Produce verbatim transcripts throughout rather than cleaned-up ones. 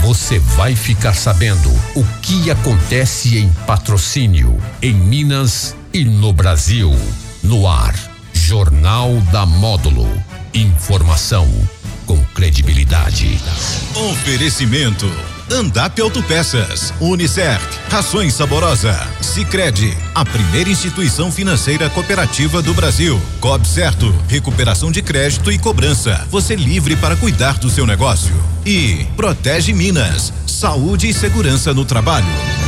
Você vai ficar sabendo o que acontece em Patrocínio, em Minas e no Brasil. No ar, Jornal da Módulo. Informação com credibilidade. Oferecimento: Andap Autopeças, Unicert, Rações Saborosa, Sicredi, a primeira instituição financeira cooperativa do Brasil. Cob Certo, recuperação de crédito e cobrança. Você livre para cuidar do seu negócio. E Protege Minas, saúde e segurança no trabalho.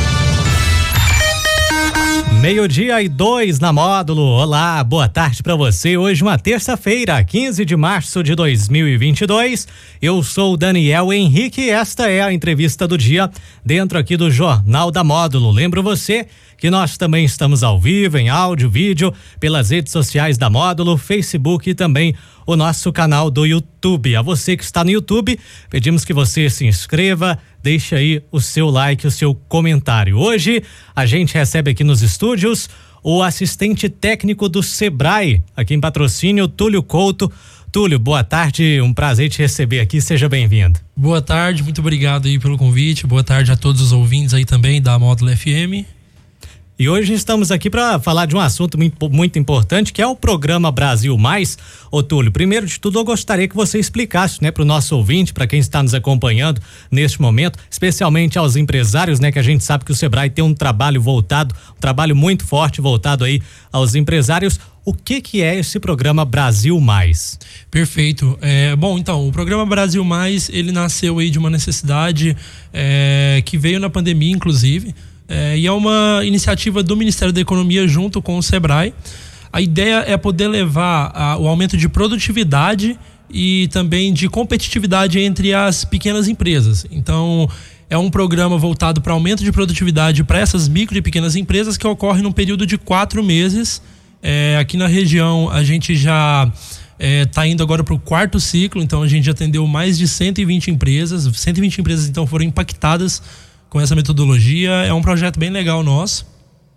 Meio-dia e dois na Módulo. Olá, boa tarde para você. Hoje uma terça-feira, quinze de março de dois mil e vinte e dois. Eu sou o Daniel Henrique e esta é a entrevista do dia dentro aqui do Jornal da Módulo. Lembro você que nós também estamos ao vivo, em áudio, vídeo, pelas redes sociais da Módulo, Facebook e também o nosso canal do YouTube. A você que está no YouTube, pedimos que você se inscreva, deixe aí o seu like, o seu comentário. Hoje a gente recebe aqui nos estúdios o assistente técnico do Sebrae, aqui em Patrocínio, Túlio Couto. Túlio, boa tarde, um prazer te receber aqui, seja bem-vindo. Boa tarde, muito obrigado aí pelo convite, boa tarde a todos os ouvintes aí também da Módulo F M. E hoje estamos aqui para falar de um assunto muito, muito importante, que é o programa Brasil Mais. Ô Túlio, primeiro de tudo eu gostaria que você explicasse, né, para o nosso ouvinte, para quem está nos acompanhando neste momento, especialmente aos empresários, né, que a gente sabe que o Sebrae tem um trabalho voltado, um trabalho muito forte voltado aí aos empresários. O que que é esse programa Brasil Mais? Perfeito. É, bom, então, o programa Brasil Mais, ele nasceu aí de uma necessidade é, que veio na pandemia, inclusive. É, e é uma iniciativa do Ministério da Economia junto com o Sebrae. A ideia é poder levar a, o aumento de produtividade e também de competitividade entre as pequenas empresas. Então, é um programa voltado para aumento de produtividade para essas micro e pequenas empresas que ocorre num período de quatro meses. É, aqui na região a gente já está é, indo agora para o quarto ciclo, então a gente já atendeu mais de cento e vinte empresas. cento e vinte empresas então foram impactadas com essa metodologia. É um projeto bem legal nosso.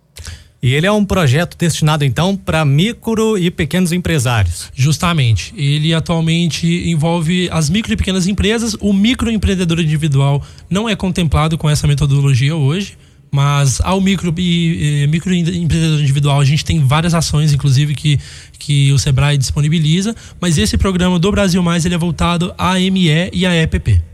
E ele é um projeto destinado então para micro e pequenos empresários. Justamente, ele atualmente envolve as micro e pequenas empresas. O microempreendedor individual não é contemplado com essa metodologia hoje, mas ao micro e, e microempreendedor individual a gente tem várias ações, inclusive que, que o Sebrae disponibiliza, mas esse programa do Brasil Mais, ele é voltado à M E e à E P P.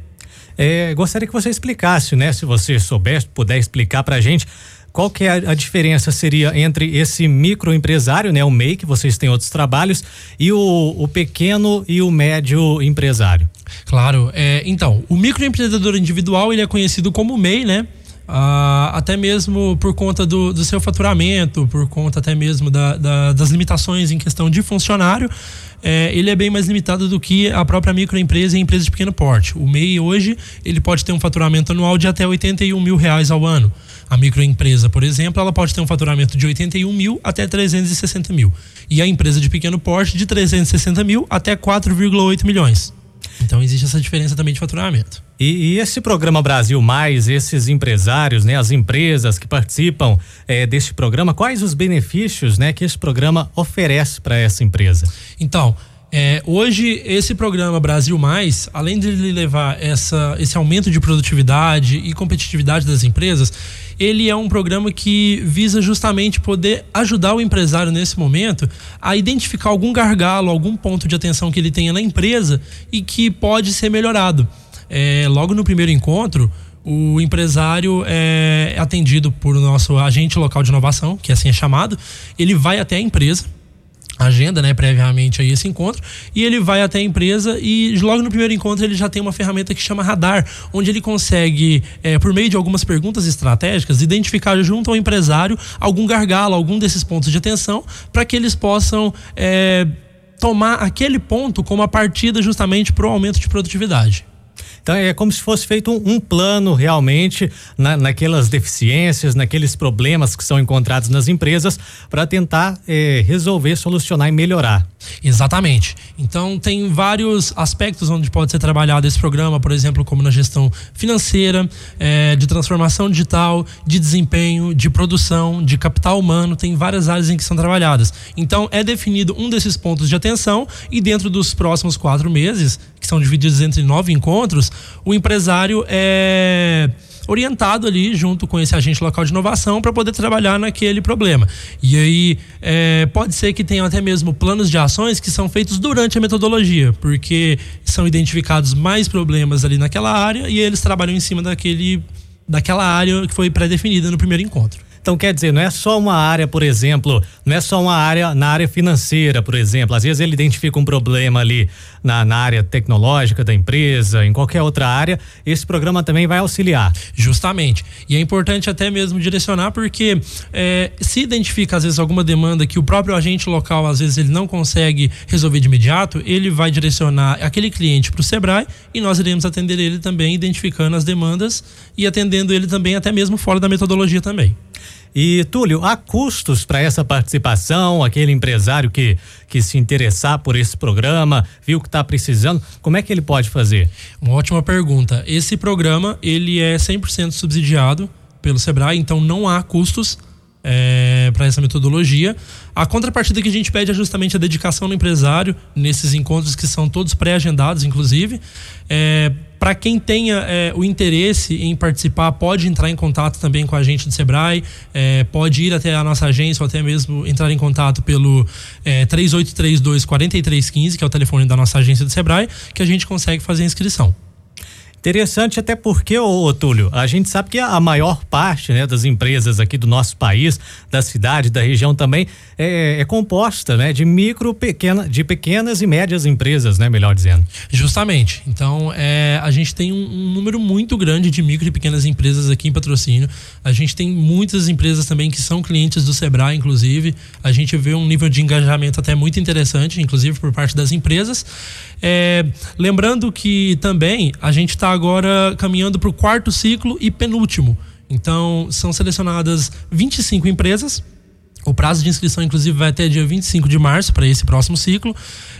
É, gostaria que você explicasse, né? Se você souber, puder explicar pra gente qual que é a, a diferença seria entre esse microempresário, né? O M E I, que vocês têm outros trabalhos, e o, o pequeno e o médio empresário. Claro, é, então, o microempreendedor individual, ele é conhecido como M E I, né? Ah, até mesmo por conta do, do seu faturamento, por conta até mesmo da, da, das limitações em questão de funcionário. É, ele é bem mais limitado do que a própria microempresa e a empresa de pequeno porte. O M E I hoje, ele pode ter um faturamento anual de até oitenta e um mil reais ao ano. A microempresa, por exemplo, ela pode ter um faturamento de oitenta e um mil até trezentos e sessenta mil. E a empresa de pequeno porte de trezentos e sessenta mil até quatro vírgula oito milhões. Então existe essa diferença também de faturamento. E, e esse programa Brasil Mais, esses empresários, né, as empresas que participam é, deste programa, quais os benefícios, né, que esse programa oferece para essa empresa? Então, é, hoje esse programa Brasil Mais, além de ele levar essa, esse aumento de produtividade e competitividade das empresas, ele é um programa que visa justamente poder ajudar o empresário nesse momento a identificar algum gargalo, algum ponto de atenção que ele tenha na empresa e que pode ser melhorado. É, logo no primeiro encontro, o empresário é atendido por nosso agente local de inovação, que assim é chamado. Ele vai até a empresa, agenda, né, previamente aí esse encontro, e ele vai até a empresa e logo no primeiro encontro ele já tem uma ferramenta que chama Radar, onde ele consegue, é, por meio de algumas perguntas estratégicas, identificar junto ao empresário algum gargalo, algum desses pontos de atenção, para que eles possam é, tomar aquele ponto como a partida justamente para o aumento de produtividade. Então é como se fosse feito um, um plano realmente na, naquelas deficiências, naqueles problemas que são encontrados nas empresas para tentar é, resolver, solucionar e melhorar. Exatamente. Então tem vários aspectos onde pode ser trabalhado esse programa, por exemplo, como na gestão financeira, é, de transformação digital, de desempenho, de produção, de capital humano, tem várias áreas em que são trabalhadas. Então é definido um desses pontos de atenção e dentro dos próximos quatro meses, que são divididos entre nove encontros, o empresário é orientado ali junto com esse agente local de inovação para poder trabalhar naquele problema. E aí é, pode ser que tenham até mesmo planos de ações que são feitos durante a metodologia, porque são identificados mais problemas ali naquela área e eles trabalham em cima daquele, daquela área que foi pré-definida no primeiro encontro. Então, quer dizer, não é só uma área, por exemplo, não é só uma área na área financeira, por exemplo. Às vezes ele identifica um problema ali na, na área tecnológica da empresa, em qualquer outra área, esse programa também vai auxiliar. Justamente. E é importante até mesmo direcionar, porque é, se identifica às vezes alguma demanda que o próprio agente local, às vezes ele não consegue resolver de imediato, ele vai direcionar aquele cliente para o Sebrae e nós iremos atender ele também, identificando as demandas e atendendo ele também até mesmo fora da metodologia também. E, Túlio, há custos para essa participação? Aquele empresário que, que se interessar por esse programa, viu que está precisando, como é que ele pode fazer? Uma ótima pergunta. Esse programa, ele é cem por cento subsidiado pelo Sebrae, então não há custos é, para essa metodologia. A contrapartida que a gente pede é justamente a dedicação do empresário nesses encontros que são todos pré-agendados, inclusive. É, para quem tenha é, o interesse em participar, pode entrar em contato também com a gente do Sebrae, é, pode ir até a nossa agência ou até mesmo entrar em contato pelo é, três oito três dois, quatro três um cinco, que é o telefone da nossa agência do Sebrae, que a gente consegue fazer a inscrição. Interessante, até porque, ô, Túlio, a gente sabe que a maior parte, né, das empresas aqui do nosso país, da cidade, da região também, é, é composta, né, de micro, pequena, de pequenas e médias empresas, né, melhor dizendo. Justamente. Então, é, a gente tem um, um número muito grande de micro e pequenas empresas aqui em Patrocínio. A gente tem muitas empresas também que são clientes do Sebrae, inclusive. A gente vê um nível de engajamento até muito interessante, inclusive por parte das empresas. É, lembrando que também a gente está agora caminhando para o quarto ciclo e penúltimo. Então, são selecionadas vinte e cinco empresas. O prazo de inscrição, inclusive, vai até dia vinte e cinco de março para esse próximo ciclo.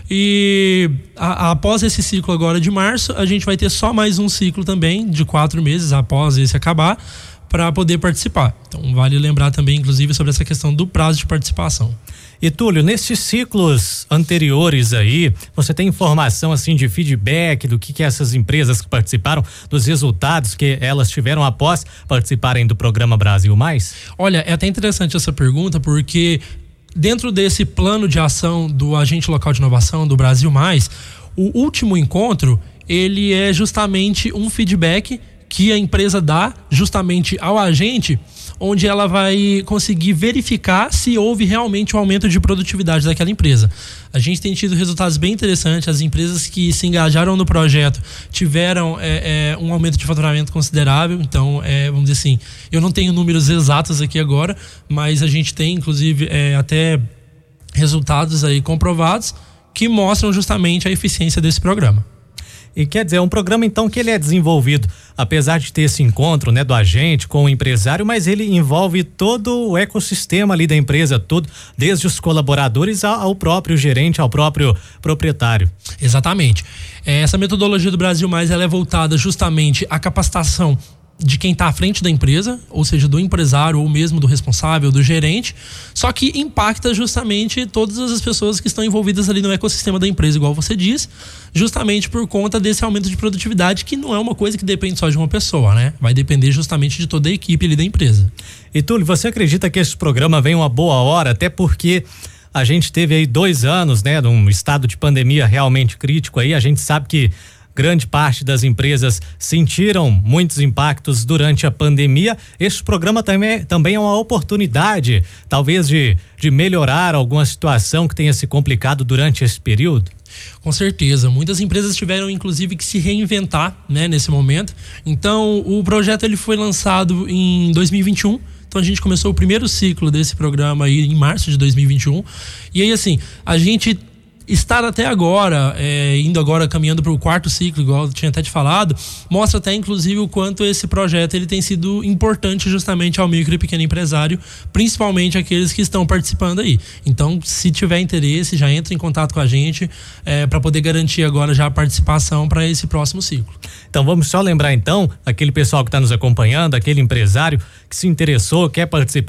E a, a, após esse ciclo agora de março, a gente vai ter só mais um ciclo também de quatro meses após esse acabar para poder participar. Então, vale lembrar também, inclusive, sobre essa questão do prazo de participação. E, Túlio, nesses ciclos anteriores aí, você tem informação assim de feedback do que que essas empresas que participaram, dos resultados que elas tiveram após participarem do programa Brasil Mais? Olha, é até interessante essa pergunta, porque dentro desse plano de ação do agente local de inovação do Brasil Mais, o último encontro, ele é justamente um feedback que a empresa dá justamente ao agente, onde ela vai conseguir verificar se houve realmente um aumento de produtividade daquela empresa. A gente tem tido resultados bem interessantes. As empresas que se engajaram no projeto tiveram é, é, um aumento de faturamento considerável. Então, é, vamos dizer assim, eu não tenho números exatos aqui agora, mas a gente tem, inclusive, é, até resultados aí comprovados que mostram justamente a eficiência desse programa. E quer dizer, é um programa então que ele é desenvolvido, apesar de ter esse encontro, né, do agente com o empresário, mas ele envolve todo o ecossistema ali da empresa, todo, desde os colaboradores ao, ao próprio gerente, ao próprio proprietário. Exatamente. Essa metodologia do Brasil Mais, ela é voltada justamente à capacitação de quem está à frente da empresa, ou seja, do empresário ou mesmo do responsável, do gerente, só que impacta justamente todas as pessoas que estão envolvidas ali no ecossistema da empresa, igual você disse, justamente por conta desse aumento de produtividade, que não é uma coisa que depende só de uma pessoa, né? Vai depender justamente de toda a equipe ali da empresa. E Túlio, você acredita que esse programa vem uma boa hora, até porque a gente teve aí dois anos, né, num estado de pandemia realmente crítico aí, a gente sabe que grande parte das empresas sentiram muitos impactos durante a pandemia. Este programa também, também é uma oportunidade, talvez, de, de melhorar alguma situação que tenha se complicado durante esse período? Com certeza. Muitas empresas tiveram, inclusive, que se reinventar, né, nesse momento. Então, o projeto ele foi lançado em dois mil e vinte e um. Então, a gente começou o primeiro ciclo desse programa aí em março de dois mil e vinte e um. E aí, assim, a gente estar até agora, é, indo agora caminhando para o quarto ciclo, igual eu tinha até te falado, mostra até inclusive o quanto esse projeto ele tem sido importante justamente ao micro e pequeno empresário, principalmente aqueles que estão participando aí. Então, se tiver interesse, já entra em contato com a gente é, para poder garantir agora já a participação para esse próximo ciclo. Então, vamos só lembrar então, aquele pessoal que está nos acompanhando, aquele empresário que se interessou, quer participar,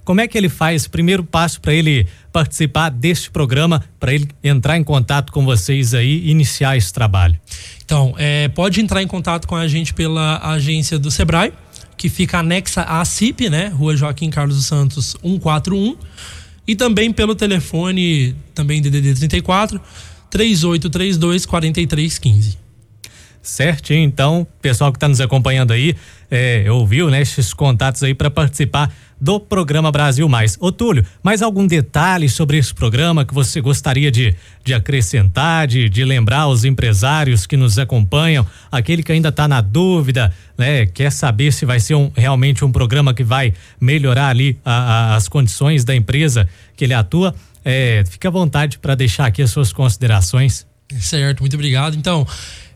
como é que ele faz? Primeiro passo para ele participar deste programa, para ele entrar em contato com vocês aí e iniciar esse trabalho. Então, é, pode entrar em contato com a gente pela agência do Sebrae, que fica anexa à C I P, né? Rua Joaquim Carlos dos Santos cento e quarenta e um, e também pelo telefone, também D D D trinta e quatro, três oito três dois, quatro três um cinco. Certinho, então, pessoal que está nos acompanhando aí, é, ouviu, né, esses contatos aí para participar do programa Brasil Mais. Ô Túlio, mais algum detalhe sobre esse programa que você gostaria de, de acrescentar, de, de lembrar aos empresários que nos acompanham, aquele que ainda está na dúvida, né, quer saber se vai ser um, realmente um programa que vai melhorar ali a, a, as condições da empresa que ele atua, é, fica à vontade para deixar aqui as suas considerações. Certo, muito obrigado. Então,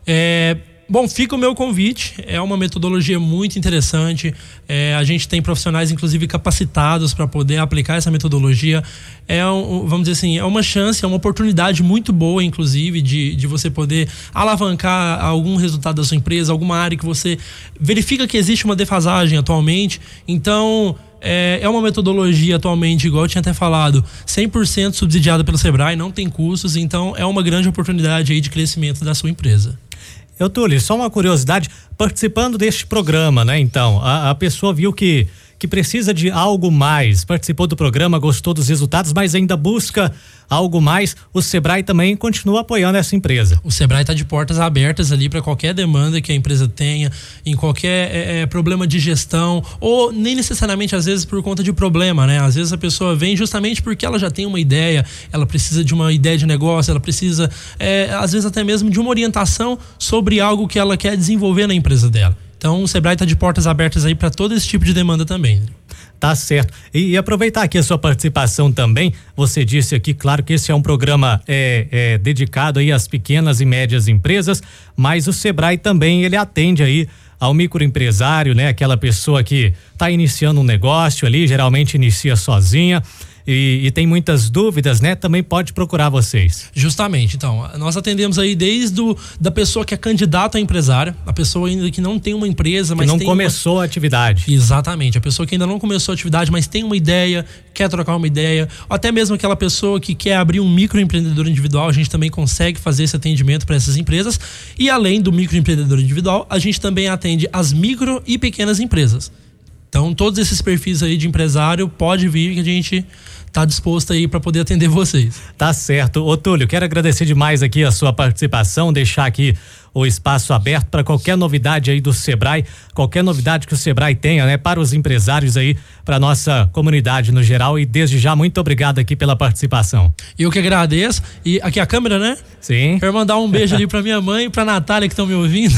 É, bom, fica o meu convite, é uma metodologia muito interessante, é, a gente tem profissionais inclusive capacitados para poder aplicar essa metodologia, é um, vamos dizer assim, é uma chance, é uma oportunidade muito boa inclusive de, de você poder alavancar algum resultado da sua empresa, alguma área que você verifica que existe uma defasagem atualmente, então é, é uma metodologia atualmente, igual eu tinha até falado, cem por cento subsidiada pelo Sebrae, não tem custos, então é uma grande oportunidade aí de crescimento da sua empresa. Eu, Túlio, só uma curiosidade, participando deste programa, né? Então, a, a pessoa viu que, que precisa de algo mais, participou do programa, gostou dos resultados, mas ainda busca algo mais, o Sebrae também continua apoiando essa empresa. O Sebrae está de portas abertas ali para qualquer demanda que a empresa tenha, em qualquer é, é, problema de gestão, ou nem necessariamente às vezes por conta de problema, né? Às vezes a pessoa vem justamente porque ela já tem uma ideia, ela precisa de uma ideia de negócio, ela precisa, é, às vezes até mesmo de uma orientação sobre algo que ela quer desenvolver na empresa dela. Então o Sebrae está de portas abertas aí para todo esse tipo de demanda também. Tá certo. E, e aproveitar aqui a sua participação também, você disse aqui, claro que esse é um programa é, é, dedicado aí às pequenas e médias empresas, mas o Sebrae também, ele atende aí ao microempresário, né? Aquela pessoa que está iniciando um negócio ali, geralmente inicia sozinha. E, e tem muitas dúvidas, né? Também pode procurar vocês. Justamente, então, nós atendemos aí desde o, da pessoa que é candidata a empresária, a pessoa ainda que não tem uma empresa, mas que não tem começou uma... a atividade. Exatamente, a pessoa que ainda não começou a atividade, mas tem uma ideia, quer trocar uma ideia, ou até mesmo aquela pessoa que quer abrir um microempreendedor individual, a gente também consegue fazer esse atendimento para essas empresas. E além do microempreendedor individual, a gente também atende as micro e pequenas empresas. Então, todos esses perfis aí de empresário, pode vir que a gente tá disposto aí para poder atender vocês. Tá certo. Ô Túlio, quero agradecer demais aqui a sua participação, deixar aqui o espaço aberto para qualquer novidade aí do Sebrae, qualquer novidade que o Sebrae tenha, né, para os empresários aí, para nossa comunidade no geral, e desde já muito obrigado aqui pela participação. Eu que agradeço. E aqui a câmera, né? Sim. Quero mandar um beijo ali para minha mãe e para Natália que estão me ouvindo.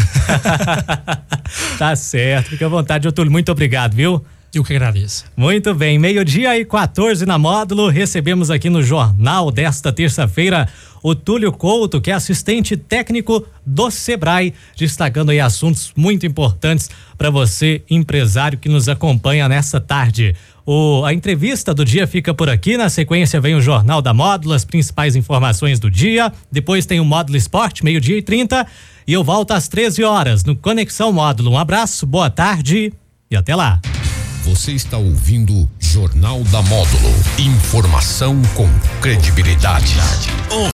Tá certo. Fica à vontade, ô Túlio, muito obrigado, viu? Eu que agradeço. Muito bem, meio-dia e quatorze na Módulo, recebemos aqui no jornal desta terça-feira o Túlio Couto, que é assistente técnico do Sebrae, destacando aí assuntos muito importantes para você, empresário que nos acompanha nessa tarde. O, a entrevista do dia fica por aqui, na sequência vem o Jornal da Módulo, as principais informações do dia, depois tem o Módulo Esporte, meio-dia e trinta, e eu volto às treze horas no Conexão Módulo. Um abraço, boa tarde e até lá. Você está ouvindo Jornal da Módulo. Informação com credibilidade.